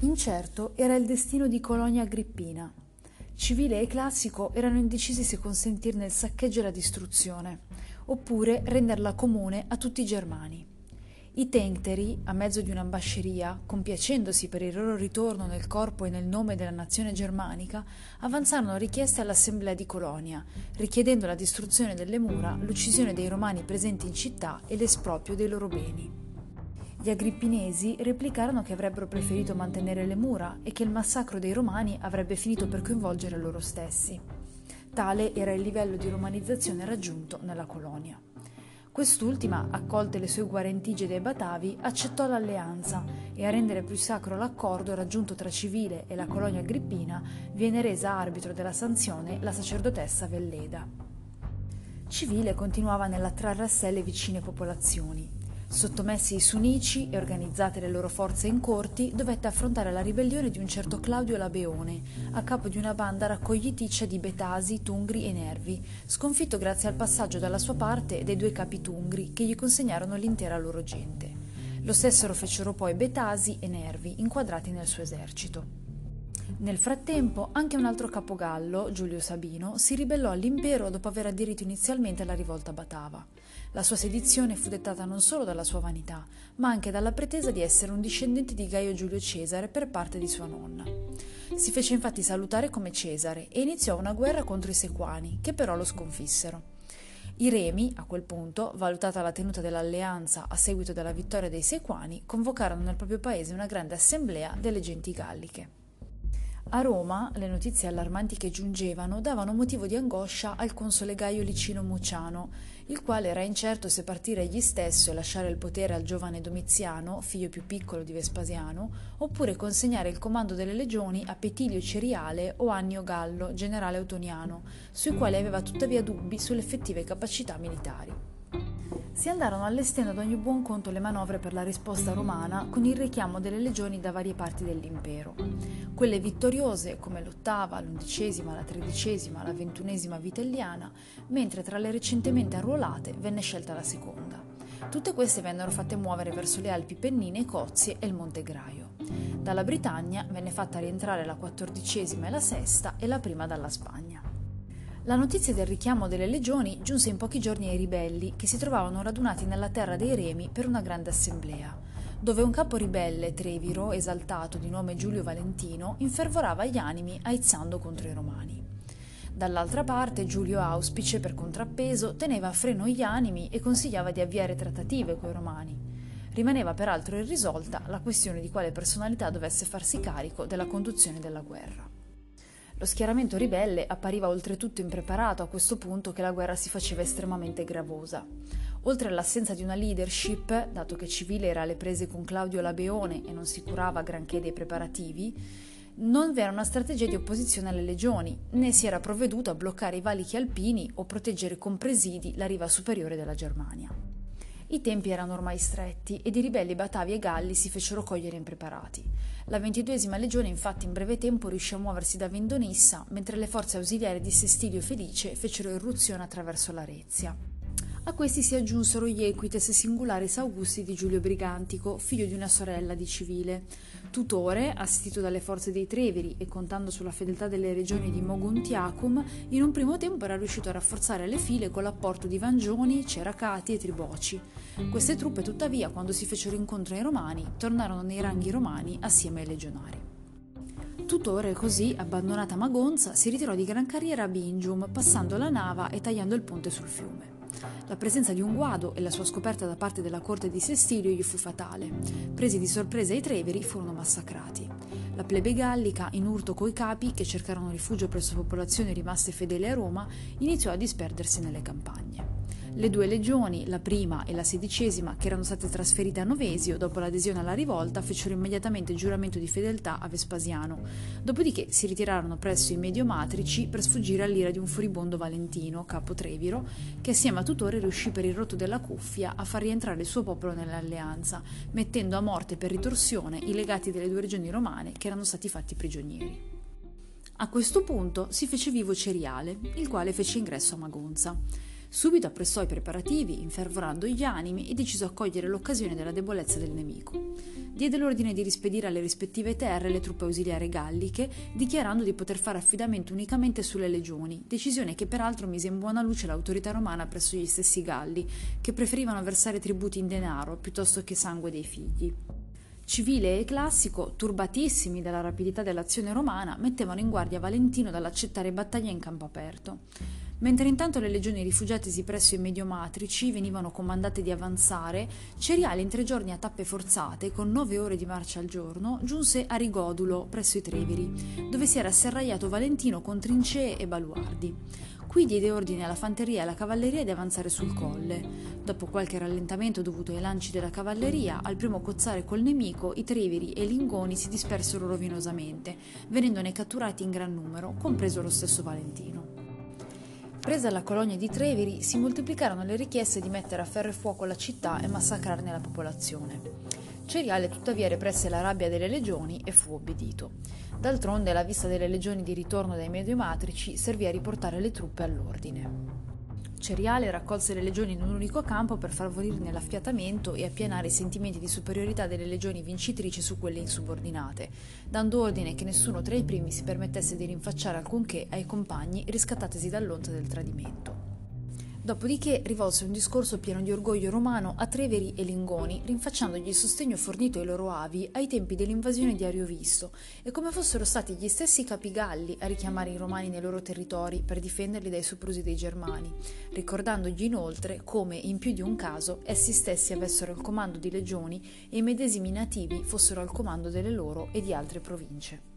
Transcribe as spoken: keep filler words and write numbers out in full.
Incerto era il destino di Colonia Agrippina. Civile e Classico erano indecisi se consentirne il saccheggio e la distruzione, oppure renderla comune a tutti i germani. I Tencteri, a mezzo di un'ambasceria, compiacendosi per il loro ritorno nel corpo e nel nome della nazione germanica, avanzarono richieste all'assemblea di Colonia, richiedendo la distruzione delle mura, l'uccisione dei romani presenti in città e l'esproprio dei loro beni. Gli agrippinesi replicarono che avrebbero preferito mantenere le mura e che il massacro dei romani avrebbe finito per coinvolgere loro stessi. Tale era il livello di romanizzazione raggiunto nella colonia. Quest'ultima, accolte le sue guarentigie dai Batavi, accettò l'alleanza e a rendere più sacro l'accordo raggiunto tra Civile e la colonia agrippina viene resa arbitro della sanzione la sacerdotessa Velleda. Civile continuava nell'attrarre a sé le vicine popolazioni. Sottomessi i Sunici e organizzate le loro forze in corti, dovette affrontare la ribellione di un certo Claudio Labeone, a capo di una banda raccogliticcia di Betasi, Tungri e Nervi, sconfitto grazie al passaggio dalla sua parte dei due capi Tungri che gli consegnarono l'intera loro gente. Lo stesso lo fecero poi Betasi e Nervi, inquadrati nel suo esercito. Nel frattempo, anche un altro capogallo, Giulio Sabino, si ribellò all'impero dopo aver aderito inizialmente alla rivolta batava. La sua sedizione fu dettata non solo dalla sua vanità, ma anche dalla pretesa di essere un discendente di Gaio Giulio Cesare per parte di sua nonna. Si fece infatti salutare come Cesare e iniziò una guerra contro i Sequani, che però lo sconfissero. I Remi, a quel punto, valutata la tenuta dell'alleanza a seguito della vittoria dei Sequani, convocarono nel proprio paese una grande assemblea delle genti galliche. A Roma, le notizie allarmanti che giungevano davano motivo di angoscia al console Gaio Licino Muciano, il quale era incerto se partire egli stesso e lasciare il potere al giovane Domiziano, figlio più piccolo di Vespasiano, oppure consegnare il comando delle legioni a Petilio Ceriale o Annio Gallo, generale Autoniano, sui quali aveva tuttavia dubbi sulle effettive capacità militari. Si andarono allestendo ad ogni buon conto le manovre per la risposta romana con il richiamo delle legioni da varie parti dell'impero. Quelle vittoriose, come l'ottava, l'undicesima, la tredicesima, la ventunesima vitelliana, mentre tra le recentemente arruolate venne scelta la seconda. Tutte queste vennero fatte muovere verso le Alpi Pennine, Cozie e il Monte Graio. Dalla Britannia venne fatta rientrare la quattordicesima e la sesta e la prima dalla Spagna. La notizia del richiamo delle legioni giunse in pochi giorni ai ribelli che si trovavano radunati nella terra dei Remi per una grande assemblea, dove un capo ribelle, Treviro, esaltato di nome Giulio Valentino, infervorava gli animi aizzando contro i Romani. Dall'altra parte Giulio Auspice, per contrappeso, teneva a freno gli animi e consigliava di avviare trattative coi Romani. Rimaneva peraltro irrisolta la questione di quale personalità dovesse farsi carico della conduzione della guerra. Lo schieramento ribelle appariva oltretutto impreparato a questo punto che la guerra si faceva estremamente gravosa. Oltre all'assenza di una leadership, dato che Civile era alle prese con Claudio Labeone e non si curava granché dei preparativi, non vi era una strategia di opposizione alle legioni, né si era provveduto a bloccare i valichi alpini o proteggere con presidi la riva superiore della Germania. I tempi erano ormai stretti ed i ribelli Batavi e Galli si fecero cogliere impreparati. La ventiduesima legione infatti in breve tempo riuscì a muoversi da Vindonissa, mentre le forze ausiliarie di Sestilio Felice fecero irruzione attraverso l'Arezia. A questi si aggiunsero gli Equites Singularis Augusti di Giulio Brigantico, figlio di una sorella di Civile. Tutore, assistito dalle forze dei Treviri e contando sulla fedeltà delle regioni di Moguntiacum, in un primo tempo era riuscito a rafforzare le file con l'apporto di Vangioni, Ceracati e Triboci. Queste truppe, tuttavia, quando si fecero incontro ai Romani, tornarono nei ranghi romani assieme ai legionari. Tutore, così, abbandonata Magonza, si ritirò di gran carriera a Bingium, passando la Nava e tagliando il ponte sul fiume. La presenza di un guado e la sua scoperta da parte della corte di Sestilio gli fu fatale. Presi di sorpresa i Treviri, furono massacrati. La plebe gallica, in urto coi capi, che cercarono rifugio presso popolazioni rimaste fedeli a Roma, iniziò a disperdersi nelle campagne. Le due legioni, la prima e la sedicesima, che erano state trasferite a Novesio dopo l'adesione alla rivolta, fecero immediatamente giuramento di fedeltà a Vespasiano, dopodiché si ritirarono presso i Mediomatrici per sfuggire all'ira di un furibondo Valentino, capo Treviro, che assieme a Tutore riuscì per il rotto della cuffia a far rientrare il suo popolo nell'alleanza, mettendo a morte per ritorsione i legati delle due regioni romane che erano stati fatti prigionieri. A questo punto si fece vivo Ceriale, il quale fece ingresso a Magonza. Subito appressò i preparativi, infervorando gli animi, e deciso a cogliere l'occasione della debolezza del nemico. Diede l'ordine di rispedire alle rispettive terre le truppe ausiliari galliche, dichiarando di poter fare affidamento unicamente sulle legioni, decisione che peraltro mise in buona luce l'autorità romana presso gli stessi Galli, che preferivano versare tributi in denaro piuttosto che sangue dei figli. Civile e Classico, turbatissimi dalla rapidità dell'azione romana, mettevano in guardia Valentino dall'accettare battaglie in campo aperto. Mentre intanto le legioni rifugiatesi presso i Mediomatrici venivano comandate di avanzare, Ceriale in tre giorni a tappe forzate, con nove ore di marcia al giorno, giunse a Rigodulo, presso i Treviri, dove si era serragliato Valentino con trincee e baluardi. Qui diede ordine alla fanteria e alla cavalleria di avanzare sul colle. Dopo qualche rallentamento dovuto ai lanci della cavalleria, al primo cozzare col nemico, i Treviri e i Lingoni si dispersero rovinosamente, venendone catturati in gran numero, compreso lo stesso Valentino. Presa la colonia di Treviri, si moltiplicarono le richieste di mettere a ferro e fuoco la città e massacrarne la popolazione. Ceriale tuttavia represse la rabbia delle legioni e fu obbedito. D'altronde la vista delle legioni di ritorno dai Mediomatrici servì a riportare le truppe all'ordine. Ceriale raccolse le legioni in un unico campo per favorirne l'affiatamento e appianare i sentimenti di superiorità delle legioni vincitrici su quelle insubordinate, dando ordine che nessuno tra i primi si permettesse di rinfacciare alcunché ai compagni riscattatesi dall'onta del tradimento. Dopodiché rivolse un discorso pieno di orgoglio romano a Treveri e Lingoni, rinfacciandogli il sostegno fornito ai loro avi ai tempi dell'invasione di Ariovisto e come fossero stati gli stessi capigalli a richiamare i romani nei loro territori per difenderli dai soprusi dei Germani, ricordandogli inoltre come, in più di un caso, essi stessi avessero il comando di legioni e i medesimi nativi fossero al comando delle loro e di altre province.